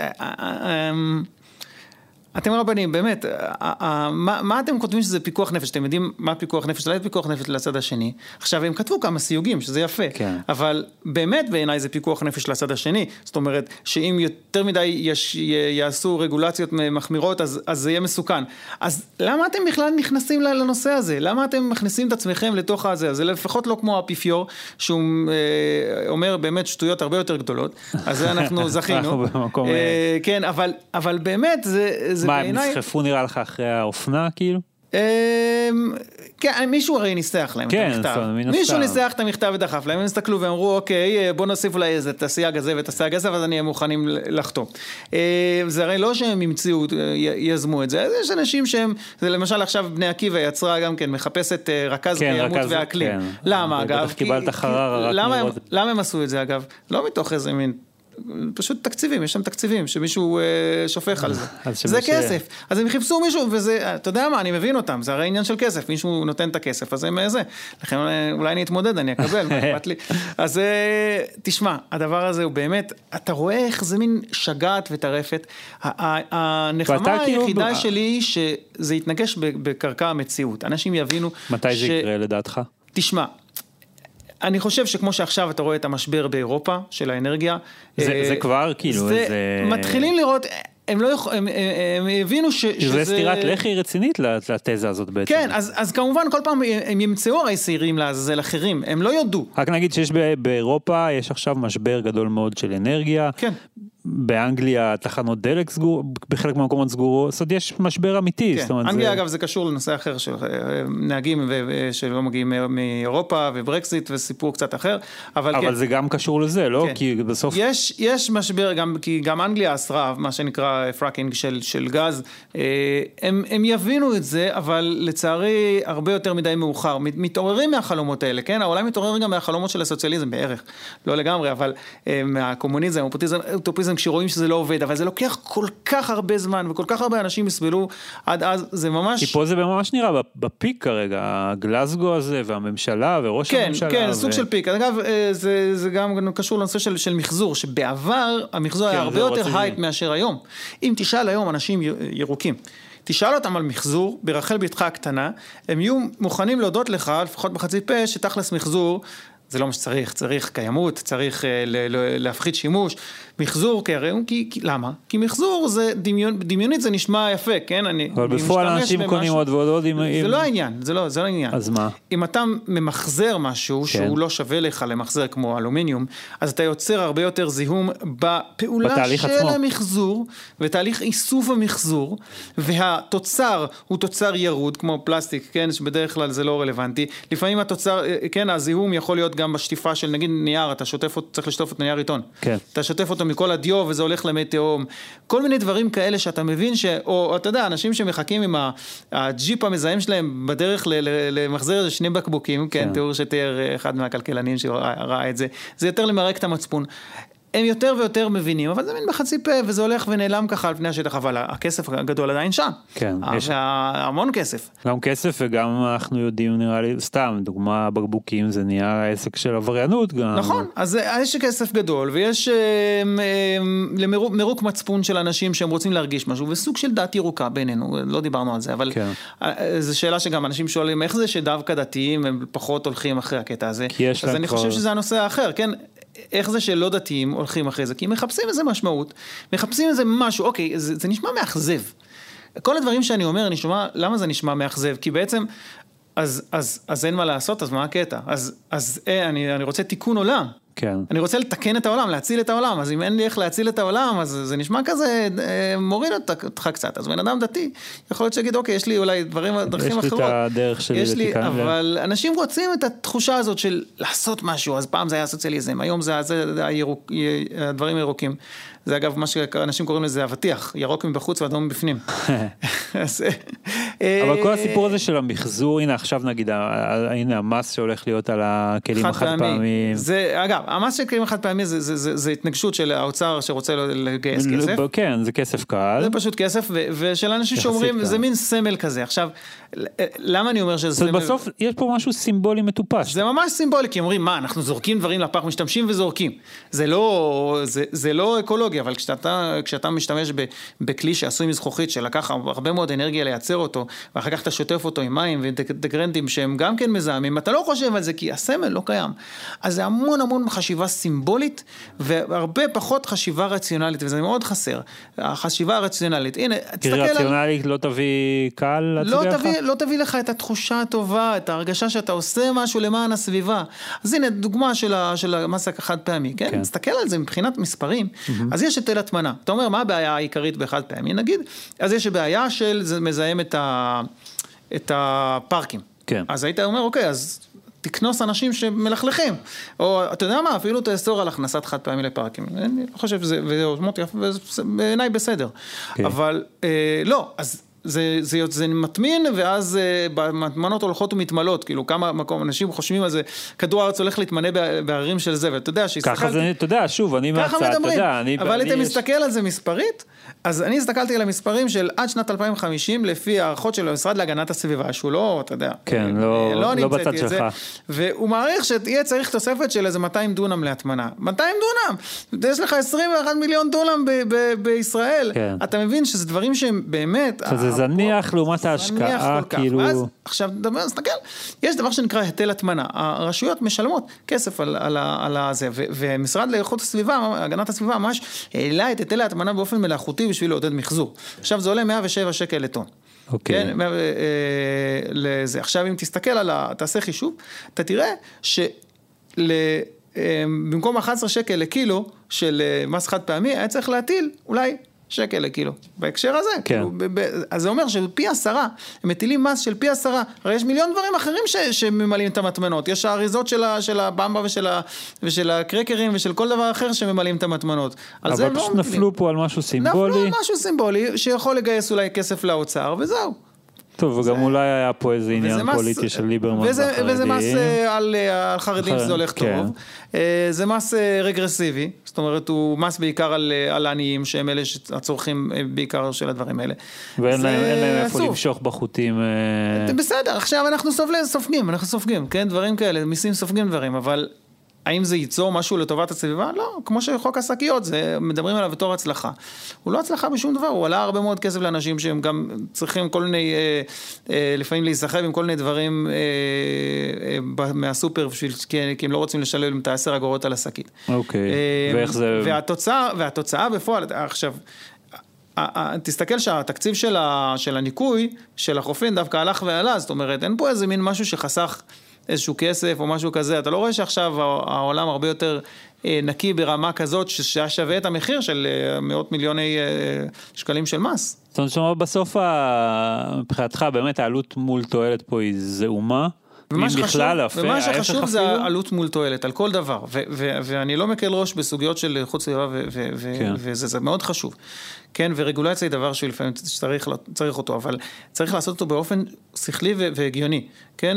אתם רבנים, באמת, מה אתם כותבים שזה פיקוח נפש? אתם יודעים מה פיקוח נפש? לא פיקוח נפש לצד השני. עכשיו, הם כתבו כמה סיוגים, שזה יפה. אבל באמת בעיניי זה פיקוח נפש לצד השני. זאת אומרת, שאם יותר מדי יעשו רגולציות מחמירות, אז זה יהיה מסוכן. אז למה אתם בכלל נכנסים לנושא הזה? למה אתם מכניסים את עצמכם לתוך הזה? זה לפחות לא כמו האפיפיור, שהוא אומר באמת שטויות הרבה יותר גדולות. אז זה אנחנו זכינו. כן, אבל באמת זה מה, הם נסחפו נראה לך אחרי האופנה, כאילו? כן, מישהו הרי ניסח להם את המכתב. מישהו ניסח את המכתב ודחף להם, הם הסתכלו ואמרו, אוקיי, בוא נוסיף אולי את הסייג הזה ואת הסייג הזה, ואז אני מוכנים לחתום. זה הרי לא שהם ימצאו, יזמו את זה, יש אנשים שהם, זה למשל עכשיו בני עקיבא יצרה גם כן, מחפשת רכז קיימות ואקלים. למה אגב? למה הם עשו את זה אגב? לא מתוך איזה מין, פשוט תקציבים, יש שם תקציבים, שמישהו שופך על זה. זה כסף. אז הם חיפשו מישהו, וזה, אתה יודע מה, אני מבין אותם, זה הרי עניין של כסף, מישהו נותן את הכסף, אז זה. לכן אולי אני אתמודד, אני אקבל, מה אכפת לי. אז תשמע, הדבר הזה הוא באמת, אתה רואה איך זה מין שגעת וטרפת. הנחמה היחידה שלי, שזה יתנגש בקרקע המציאות. אנשים יבינו מתי זה יקרה לדעתך? תשמע, אני חושב שכמו שעכשיו אתה רואה את המשבר באירופה של האנרגיה, זה כבר כאילו, מתחילים לראות, הם הבינו שזה סתירת לחי רצינית לתזה הזאת בעצם. כן, אז כמובן כל פעם הם ימצאו הרי שעירים לעזאזל אחרים, הם לא יודו. רק נגיד שיש באירופה, יש עכשיו משבר גדול מאוד של אנרגיה. כן. באנגליה תחנות דלק סגור, בחלק מהמקומות סגורות, זאת אומרת, יש משבר אמיתי. כן, אנגליה אגב זה קשור לנושא אחר של נהגים שלא מגיעים מאירופה וברקסיט וסיפור קצת אחר, אבל זה גם קשור לזה, לא? כי בסוף... יש משבר, כי גם אנגליה אסרה, מה שנקרא פרקינג של גז, הם יבינו את זה, אבל לצערי הרבה יותר מדי מאוחר, מתעוררים מהחלומות האלה, כן? העולם מתעורר גם מהחלומות של הסוציאליזם בערך, לא לגמרי, אבל מהקומוניזם, אוטופיזם, כשרואים שזה לא עובד, אבל זה לוקח כל כך הרבה זמן, וכל כך הרבה אנשים יסבלו, עד אז זה ממש... כי פה זה ממש נראה בפיק כרגע, הגלסגו הזה, והממשלה, וראש הממשלה. כן, סוג של פיק. אגב, זה גם קשור לנושא של מחזור, שבעבר המחזור היה הרבה יותר הייפ מאשר היום. אם תשאל היום אנשים ירוקים, תשאל אותם על מחזור, ברחל ביתך הקטנה, הם יהיו מוכנים להודות לך, לפחות בחצי פה, שתכלס מחזור, זה לא מה שצריך, צריך קיימות, צריך להפחית שימוש, מחזור למה? כי מחזור זה דמיונית, זה נשמע יפה, כן? אבל בפועל אנשים קונים עוד ועוד. זה לא העניין, זה לא העניין. אז מה? אם אתה ממחזר משהו שהוא לא שווה לך למחזר כמו אלומיניום, אז אתה יוצר הרבה יותר זיהום בפעולה של המחזור, ותהליך איסוף המחזור, והתוצר הוא תוצר ירוד, כמו פלסטיק, כן? שבדרך כלל זה לא רלוונטי. לפעמים התוצר, כן, הזיהום יכול להיות גם בשטיפה של נגיד נייר, אתה צריך לשטוף את נייר עיתון. כן. אתה שוטף אותו מכל הדיו וזה הולך למי תהום. כל מיני דברים כאלה שאתה מבין או אתה יודע, אנשים שמחכים עם הג'יפ המזהם שלהם בדרך למחזר איזה 2 בקבוקים, כן, תיאור שתיאר אחד מהכלכלנים שראה את זה. זה יותר למרק את המצפון. הם יותר ויותר מבינים, אבל זה מין בחצי פה, וזה הולך ונעלם ככה על פני השטח, אבל הכסף הגדול עדיין שם. כן. המון כסף. גם כסף וגם אנחנו יודעים, נראה לי, סתם, דוגמה בקבוקים, זה נהיה עסק של עבריינות גם. נכון, אז יש כסף גדול, ויש למרוק מצפון של אנשים שהם רוצים להרגיש משהו, וסוג של דת ירוקה בינינו, לא דיברנו על זה, אבל זו שאלה שגם אנשים שואלים, איך זה שדווקא דתיים הם פחות הולכים אחרי הקטע הזה? אז אני חושב שזה הנושא האחר, כן? איך זה שלא דתיים הולכים אחרי זה? כי הם מחפשים איזה משמעות, מחפשים איזה משהו, אוקיי, זה נשמע מאכזב. כל הדברים שאני אומר, למה זה נשמע מאכזב? כי בעצם, אז אין מה לעשות, אז מה הקטע? אז אני רוצה תיקון עולם. כן. אני רוצה לתקן את העולם, להציל את העולם, אז אם אין לי איך להציל את העולם, אז זה נשמע כזה, מוריד אותך קצת, אז בן אדם דתי, יכול להיות שיגיד, אוקיי, יש לי אולי דרכים אחרות. יש לי את הדרך שלי לתיקן. אבל אנשים רוצים את התחושה הזאת של לעשות משהו, אז פעם זה היה סוציאליזם, היום זה הדברים הירוקים. זה אגב מה שאנשים קוראים לזה אבטיח, ירוק מבחוץ ואדום מבפנים. אבל כל הסיפור הזה של המחזור, הנה עכשיו נגיד, הנה המס שהולך להיות על הכלים החד פעמים. אגב, המס של כלים החד פעמים זה התנגשות של האוצר שרוצה לגייס כסף. כן, זה כסף קל. זה פשוט כסף, ושל אנשים שאומרים, זה מין סמל כזה. עכשיו, למה אני אומר שזה סמל? בסוף יש פה משהו סימבולי מטופש. זה ממש סימבולי, כי אומרים, מה, אנחנו זורקים דברים לפח, משתמשים וזורקים. זה לא אקולוגיה, אבל כשאתה משתמש בכלי שעשוי מזכוכית, שלקח הרבה מאוד אנרגיה לייצר אותו, ואחר כך אתה שוטף אותו עם מים ודגרנטים שהם גם כן מזהמים, אתה לא חושב על זה, כי הסמל לא קיים. אז זה המון חשיבה סימבולית, והרבה פחות חשיבה רציונלית, וזה מאוד חסר. החשיבה הרציונלית, הנה, כי רציונלית לא תביא קל לא תביא לך את התחושה הטובה, את ההרגשה שאתה עושה משהו למען הסביבה. אז הנה, דוגמה של המסק החד פעמי, כן? תסתכל על זה מבחינת מספרים. אז יש היטל הטמנה. אתה אומר, מה הבעיה העיקרית בחד פעמי? נגיד, אז יש בעיה של, זה מזהם את הפארקים. כן. אז היית אומר, אוקיי, אז תכנוס אנשים שמלכלכים, או אתה יודע מה, אפילו תאסור על הכנסת חד פעמי לפארקים. אני לא חושב שזה, וזה בעיניי בסדר. אבל לא, אז זה מתמין, ואז מטמנות הולכות ומתמלות, כאילו כמה מקום, אנשים חושבים על זה, כדור הארץ הולך להתמנה בערים של זה, ואתה יודע שהסתכלתי... ככה זה, אתה יודע, שוב, אני מהצד, אתה יודע, אבל אתה מסתכל על זה מספרית, אז אני הסתכלתי על המספרים של עד שנת 2050, לפי הערכות של המשרד להגנת הסביבה, שהוא לא, אתה יודע, כן, לא בצד שלך. והוא מעריך שיהיה צריך תוספת של איזה 200 דונם להטמנה. 200 דונם! יש לך 21 מיליון דונם בישראל. אתה מבין שזה דברים שהם באמת... זה זניח לעומת ההשקעה, כאילו... עכשיו, נסתכל, יש דבר שנקרא היטל הטמנה. הרשויות משלמות כסף על זה, ומשרד לאיכות הסביבה, הגנת הסביבה, ממש העלה את היטל ההטמנה באופן מלאכותי בשביל לעודד מחזור. עכשיו זה עולה 107 שקל לטון. אוקיי. עכשיו אם תסתכל תעשה חישוב, אתה תראה שבמקום 11 שקל לקילו של מס חד פעמי, היה צריך להטיל אולי שקל לקילו. בהקשר הזה, כן. אז זה אומר שפי 10, הם מטילים מס של פי 10, הרי יש מיליון דברים אחרים שממלאים את המטמנות, יש האריזות של הבמבה ושל הקרקרים ושל כל דבר אחר שממלאים את המטמנות. אבל פשוט נפלו פה על משהו סימבולי. נפלו על משהו סימבולי, שיכול לגייס אולי כסף לאוצר, וזהו. טוב, וגם אולי היה פה איזה עניין פוליטי של ליברמן והחרדים. וזה מס על חרדים שזה הולך טוב. זה מס רגרסיבי, זאת אומרת, הוא מס בעיקר על העניים, שהם אלה הצורכים בעיקר של הדברים האלה. ואין להם איפה למשוך בחוטים. בסדר, עכשיו אנחנו סופגים, כן, דברים כאלה, מיסים סופגים דברים, אבל... האם זה ייצור משהו לטובת הסביבה? לא, כמו שחוק השקיות, מדברים עליו בתור הצלחה. הוא לא הצלחה בשום דבר, הוא עלה הרבה מאוד כסף לאנשים שהם גם צריכים כל מיני, לפעמים להיסחב עם כל מיני דברים מהסופר, כי הם לא רוצים לשלם את 10 אגורות על השקית. אוקיי, ואיך זה... והתוצאה בפועל, עכשיו, תסתכל שהתקציב של הניקוי, של החופים דווקא הלך ועלה, זאת אומרת, אין פה איזה מין משהו שחסך איזשהו כסף או משהו כזה, אתה לא רואה שעכשיו העולם הרבה יותר נקי ברמה כזאת, ששווה את המחיר של מאות מיליוני שקלים של מס. זאת אומרת, בסוף מבחינתך באמת העלות מול תועלת פה היא זעומה, ומה שחשוב זה העלות מול תועלת, על כל דבר, ואני לא מקל ראש בסוגיות של איכות סביבה, וזה מאוד חשוב. כן, ורגולציה היא דבר שלפעמים צריך אותו, אבל צריך לעשות אותו באופן שכלי והגיוני, כן?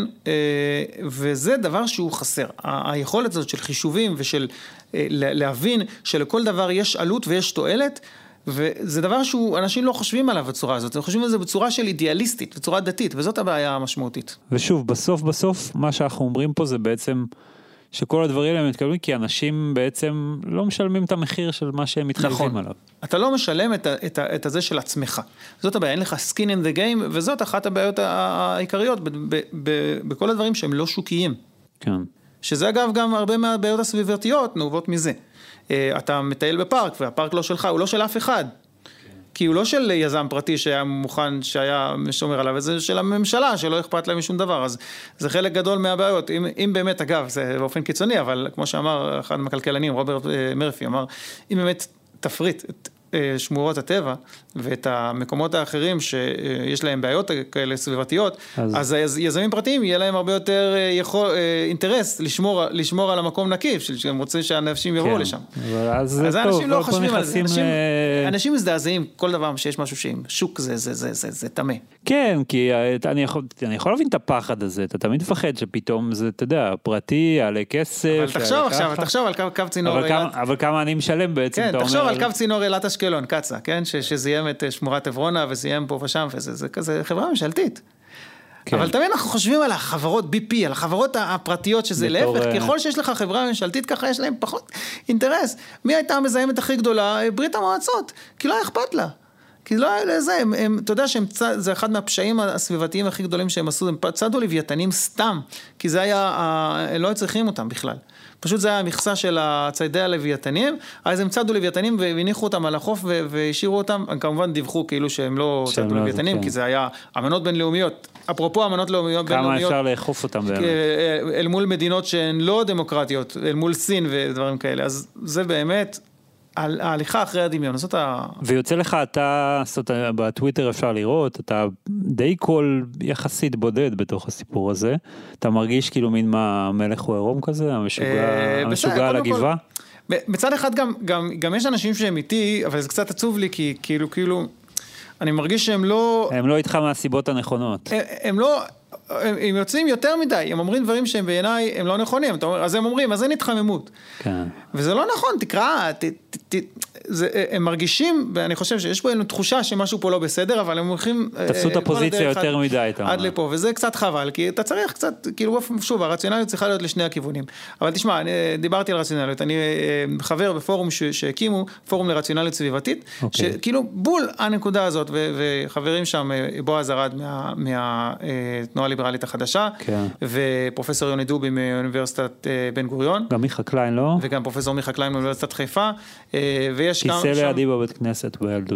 וזה דבר שהוא חסר. היכולת הזאת של חישובים ושל להבין שלכל דבר יש עלות ויש תועלת, וזה דבר שאנשים לא חושבים עליו בצורה הזאת, הם חושבים על זה בצורה של אידיאליסטית, בצורה דתית, וזאת הבעיה המשמעותית. ושוב, בסוף, מה שאנחנו אומרים פה זה בעצם שכל הדברים האלה מתקבלים, כי אנשים בעצם לא משלמים את המחיר של מה שהם מתחייבים עליו. אתה לא משלם את הזה של עצמך. זאת הבעיה, אין לך skin in the game, וזאת אחת הבעיות העיקריות בכל הדברים שהם לא שוקיים. כן. שזה אגב גם הרבה מהבעיות הסביבתיות נובעות מזה. אתה מטייל בפארק, והפארק לא שלך, הוא לא של אף אחד. כי הוא לא של יזם פרטי שהיה מוכן, שהיה שומר עליו, זה של הממשלה, שלא אכפת להם משום דבר. אז זה חלק גדול מהבעיות. אם באמת, אגב, זה באופן קיצוני, אבל כמו שאמר אחד מהכלכלנים, רוברט מרפי, אמר, אם באמת תפריט את שמורות הטבע, ואת המקומות האחרים שיש להם בעיות כאלה סביבתיות, אז יזמים פרטיים יהיה להם הרבה יותר אינטרס לשמור על המקום נקי, שהם רוצים שאנשים יבואו לשם. אז אנשים לא חושבים על זה. אנשים מזדעזעים כל דבר שיש משהו שעם שוק זה תמה. כן, כי אני יכול להבין את הפחד הזה, אתה תמיד מפחד שפתאום זה, אתה יודע, פרטי, עלי כסף. אבל תחשוב על קו צינור אילת. אבל כמה אני משלם בעצם, כן, תחשוב על קו צינור אילת אשקלון, קצה, כן, שזיים את שמורת עברונה וזיים פה ושם, וזה כזה חברה ממשלתית. אבל תמיד אנחנו חושבים על החברות BP, על החברות הפרטיות, שזה להפך, ככל שיש לך חברה ממשלתית, ככה יש להם פחות אינטרס. מי הייתה המזהמת הכי גדולה? ברית המועצות, כי לא אכפת לה. כי לא היה לזה, אתה יודע שזה אחד מהפשעים הסביבתיים הכי גדולים שהם עשו, הם צדו לוויתנים סתם, כי זה היה, לא היו צריכים אותם בכלל. פשוט זה היה המכסה של הציידי הלוויתנים, אז הם צדו לוויתנים והניחו אותם על החוף והשאירו אותם, הם כמובן דיווחו כאילו שהם לא צדו לוויתנים, כי זה היה אמנות בינלאומיות, אפרופו אמנות בינלאומיות, כמה אפשר לאכוף אותם באמת? אל מול מדינות שהן לא דמוקרטיות, אל מול סין ודברים כאלה, אז זה באמת ההליכה אחרי הדמיון, זאת ויוצא לך אתה, בטוויטר אפשר לראות, אתה די קול יחסית בודד בתוך הסיפור הזה, אתה מרגיש כאילו מין מה המלך הוא עירום כזה, המשוגע על הגבעה? מצד אחד גם יש אנשים שהם איתי, אבל זה קצת עצוב לי, כי כאילו, אני מרגיש שהם לא... הם לא איתך מהסיבות הנכונות. הם לא... הם יוצאים יותר מדי, הם אומרים דברים שהם בעיניי הם לא נכונים, אז הם אומרים, אז אין התחממות. כן. וזה לא נכון, תקרא, הם מרגישים, ואני חושב שיש פה תחושה שמשהו פה לא בסדר, אבל הם הולכים... תפסו את הפוזיציה יותר מדי, עד לפה, וזה קצת חבל, כי אתה צריך קצת, כאילו, שוב, הרציונליות צריכה להיות לשני הכיוונים. אבל תשמע, אני דיברתי על רציונליות, אני חבר בפורום שהקימו, פורום לרציונליות סביבתית, שכאילו בול הנקודה הזאת, וחברים שם, בועז ארד מהתנועה הליברלית החדשה, ופרופסור יוני דובי מאוניברסיטת בן גוריון. גם מיכה קליין, לא? וגם פרופסור מיכה קליין מאוניברסיטת חיפה, ויש כיסא לידי בבית כנסת בילדות.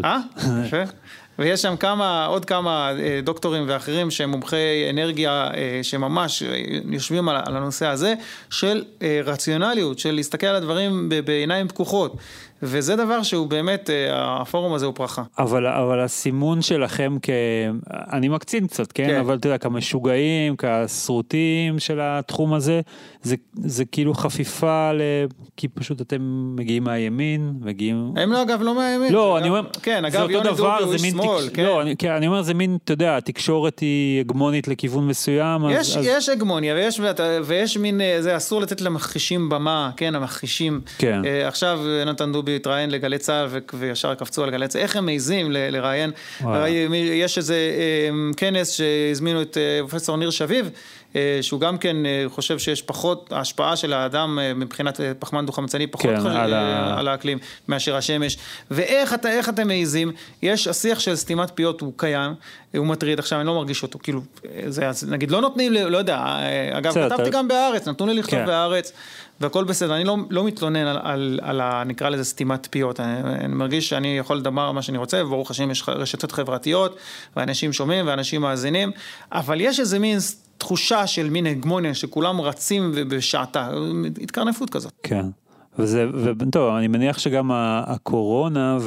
ויש שם עוד כמה דוקטורים ואחרים שהם מומחי אנרגיה, שממש יושבים על הנושא הזה, של רציונליות, של להסתכל על הדברים בעיניים פקוחות. וזה דבר שהוא באמת, הפורום הזה הוא פרחה. אבל הסימון שלכם אני מקצין קצת, כן? אבל אתה יודע, כמשוגעים, כסרוטים של התחום הזה, זה כאילו חפיפה כי פשוט אתם מגיעים מהימין, הם לא, אגב, לא מהימין. לא, אני אומר, כן, אגב, יוני דובי הוא איש שמאל, כן. לא, אני אומר, זה מין, אתה יודע, התקשורת היא הגמונית לכיוון מסוים. יש הגמוניה, ויש מין, זה אסור לתת למכחישים במה, כן, המכחישים. עכשיו נתן דובי התראיין לגלי צה"ל וישר קפצו על גלי צה"ל, איך הם מעיזים לראיין, יש איזה כנס שהזמינו את פרופסור ניר שביב, שהוא גם כן חושב שיש פחות, ההשפעה של האדם מבחינת פחמן דו-חמצני פחות על האקלים מאשר השמש, ואיך אתם מעיזים, יש השיח של סתימת פיות הוא קיים, הוא מטריד, עכשיו אני לא מרגיש אותו, כאילו, נגיד לא נותנים, לא יודע, אגב כתבתי גם בארץ, נתנו לי לכתוב בארץ, והכל בסדר, אני לא מתלונן על נקרא לזה סתימת פיות, אני מרגיש שאני יכול לדבר מה שאני רוצה, וברוך השם יש רשתות חברתיות, ואנשים שומעים ואנשים מאזינים, אבל יש איזה מין תחושה של מין הגמוניה, שכולם רצים ובשעתה, התקרנפות כזאת. כן, וטוב, אני מניח שגם הקורונה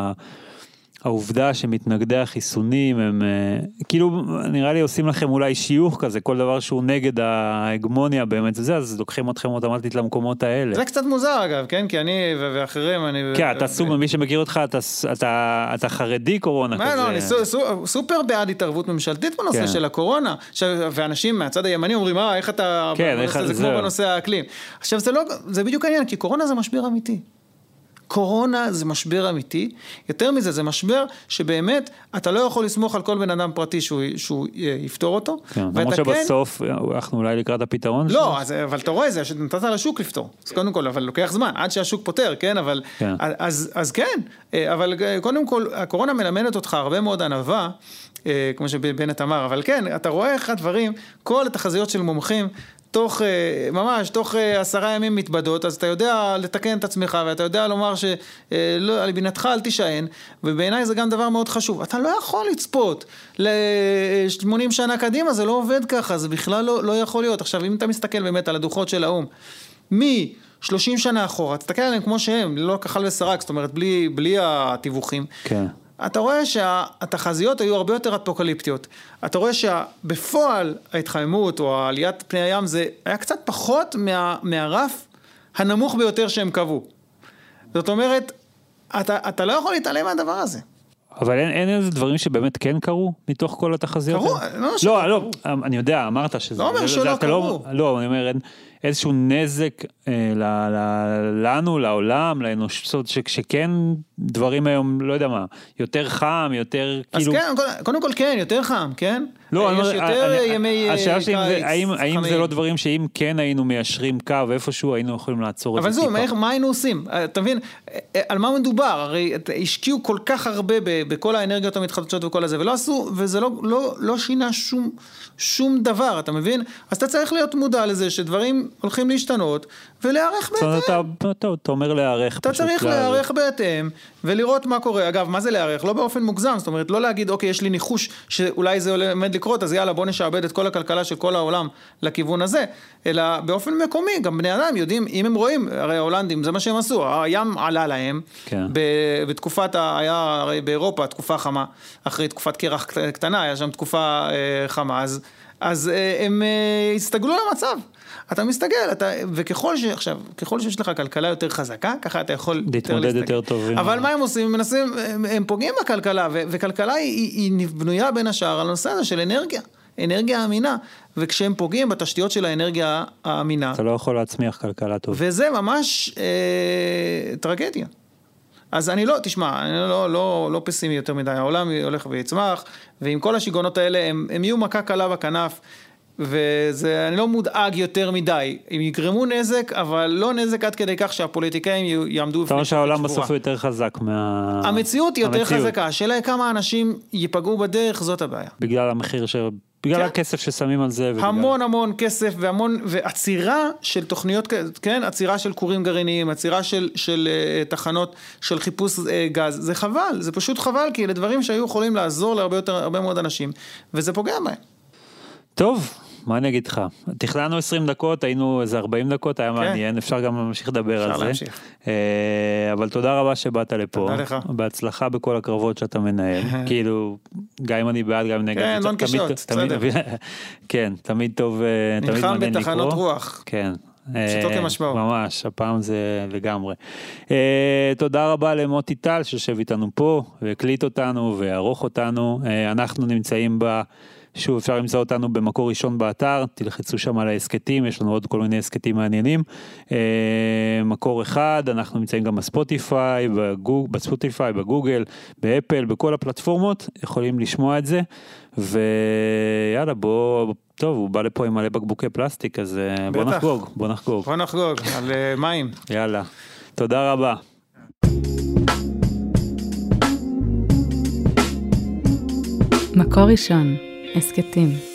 העובדה שמתנגדי החיסונים הם כאילו נראה לי עושים לכם אולי שיוך כזה, כל דבר שהוא נגד ההגמוניה באמת זה, אז לוקחים אתכם אוטומטית למקומות האלה. זה קצת מוזר אגב, כן? כי אני ואחרים כן, אתה סוג, מי שמכיר אותך, אתה חרדי קורונה כזה. לא, אני סופר בעד התערבות ממשלתית בנושא של הקורונה, ואנשים מהצד הימני אומרים, איך אתה, זה כמו בנושא האקלים. עכשיו זה בדיוק העניין, כי קורונה זה משבר אמיתי. קורונה זה משבר אמיתי, יותר מזה זה משבר שבאמת אתה לא יכול לסמוך על כל בן אדם פרטי שהוא יפתור אותו. למרות שבסוף אנחנו אולי לקראת הפתרון. לא, אבל אתה רואה זה, נתת לשוק לפתור. אז קודם כל, אבל לוקח זמן, עד שהשוק פותר, כן, אבל, אז כן, אבל קודם כל, הקורונה מלמדת אותך הרבה מאוד ענווה, כמו שבנט אמר, אבל כן, אתה רואה איך הדברים, כל התחזיות של מומחים, ממש, תוך 10 ימים מתבדות, אז אתה יודע לתקן את עצמך, ואתה יודע לומר על בינתך אל תישען, ובעיניי זה גם דבר מאוד חשוב. אתה לא יכול לצפות ל-80 שנה קדימה, זה לא עובד ככה, זה בכלל לא יכול להיות. עכשיו, אם אתה מסתכל באמת על הדוחות של האום, מ-30 שנה אחורה, תסתכל עליהם כמו שהם, לא כחל וסרק, זאת אומרת, בלי התיווחים. כן. אתה רואה שהתחזיות היו הרבה יותר אפוקליפטיות. אתה רואה שבפועל ההתחממות או העליית פני הים זה היה קצת פחות מהרף הנמוך ביותר שהם קבעו. זאת אומרת, אתה לא יכול להתעלם מהדבר הזה. אבל אין איזה דברים שבאמת כן קרו מתוך כל התחזיות? קרו? לא, אני יודע, אמרת שזה... לא אומר שלא קרו. לא, אני אומר, איזשהו נזק לנו, לעולם, לאנושות, שכן דברים היום, לא יודע מה, יותר חם, יותר כאילו... אז כן, קודם כל כן, יותר חם, כן? לא, יש יותר ימי קיץ. השאלה שלי, האם זה לא דברים שאם כן היינו מיישרים קו, איפשהו היינו יכולים לעצור את זה טיפה? אבל זו, מה היינו עושים? אתה מבין, על מה מדובר? הרי השקיעו כל כך הרבה בכל האנרגיות המתחדשות וכל הזה, ולא עשו, וזה לא שינה שום דבר, אתה מבין? אז אתה צריך להיות מודע לזה שדברים דברים הולכים להשתנות, ולהערך בהתאם. אתה אומר להערך. אתה צריך להערך בהתאם, ולראות מה קורה. אגב, מה זה להערך? לא באופן מוגזם, זאת אומרת, לא להגיד, אוקיי, יש לי ניחוש שאולי זה עומד לקרות, אז יאללה, בוא נשעבד את כל הכלכלה של כל העולם לכיוון הזה, אלא באופן מקומי, גם בני אדם יודעים, אם הם רואים, הרי ההולנדים, זה מה שהם עשו, הים עלה להם, בתקופת, היה הרי באירופה תקופה חמה, אחרי תקופת קרח קטנה, היה שם תקופה חמה, אז הם הסתגלו למצב. אתה מסתגל, וככל שעכשיו, ככל שיש לך כלכלה יותר חזקה, ככה אתה יכול להתמודד יותר טוב. אבל מה הם עושים? הם מנסים, הם פוגעים בכלכלה, וכלכלה היא בנויה בין השאר על הנושא הזה של אנרגיה. אנרגיה אמינה, וכשהם פוגעים בתשתיות של האנרגיה האמינה. אתה לא יכול להצמיח כלכלה טוב. וזה ממש טרגדיה. אז אני לא, תשמע, אני לא פסימי יותר מדי, העולם הולך ויצמח, ועם כל השיגעונות האלה, הם יהיו מכה קלה בכנף, ואני לא מודאג יותר מדי, הם יגרמו נזק, אבל לא נזק עד כדי כך שהפוליטיקאים יעמדו בפני שבורה. שהעולם בסוף הוא יותר חזק המציאות היא יותר חזקה, השאלה כמה אנשים ייפגעו בדרך, זאת הבעיה. בגלל המחיר בגלל הכסף ששמים על זה. המון כסף ועצירה של תוכניות, כן, עצירה של כורים גרעיניים, עצירה של תחנות של חיפוש גז, זה חבל, זה פשוט חבל, כי אלה דברים שהיו יכולים לעזור להרבה מאוד אנשים, וזה פוגע בהם. טוב, מה אני אגיד לך? תכננו 20 דקות, היינו איזה 40 דקות, היה מעניין, אפשר גם להמשיך לדבר על זה. להמשיך. אבל תודה רבה שבאת לפה. תודה לך. בהצלחה בכל הקרבות שאתה מנהל. כאילו, גם אם אני בעד, גם נגד. כן, דון קישוט, בסדר. כן, תמיד טוב, תמיד נלחם מעניין לקרוא. בתחנות רוח. כן. פשוטו כמשמעו. ממש, הפעם זה לגמרי. תודה רבה למוטי טל שיושב איתנו פה, והקליט אותנו וערוך אותנו. אנחנו נמצאים שוב, אפשר למצוא אותנו במקור ראשון באתר, תלחצו שם על העסקטים, יש לנו עוד כל מיני עסקטים מעניינים. מקור אחד, אנחנו נמצאים גם בספוטיפיי, בגוגל, באפל, בכל הפלטפורמות, יכולים לשמוע את זה, ויאללה, טוב, הוא בא לפה עם מלא בקבוקי פלסטיק, אז בוא נחגוג. על מים. יאללה, תודה רבה. מקור ראשון, הסקטים.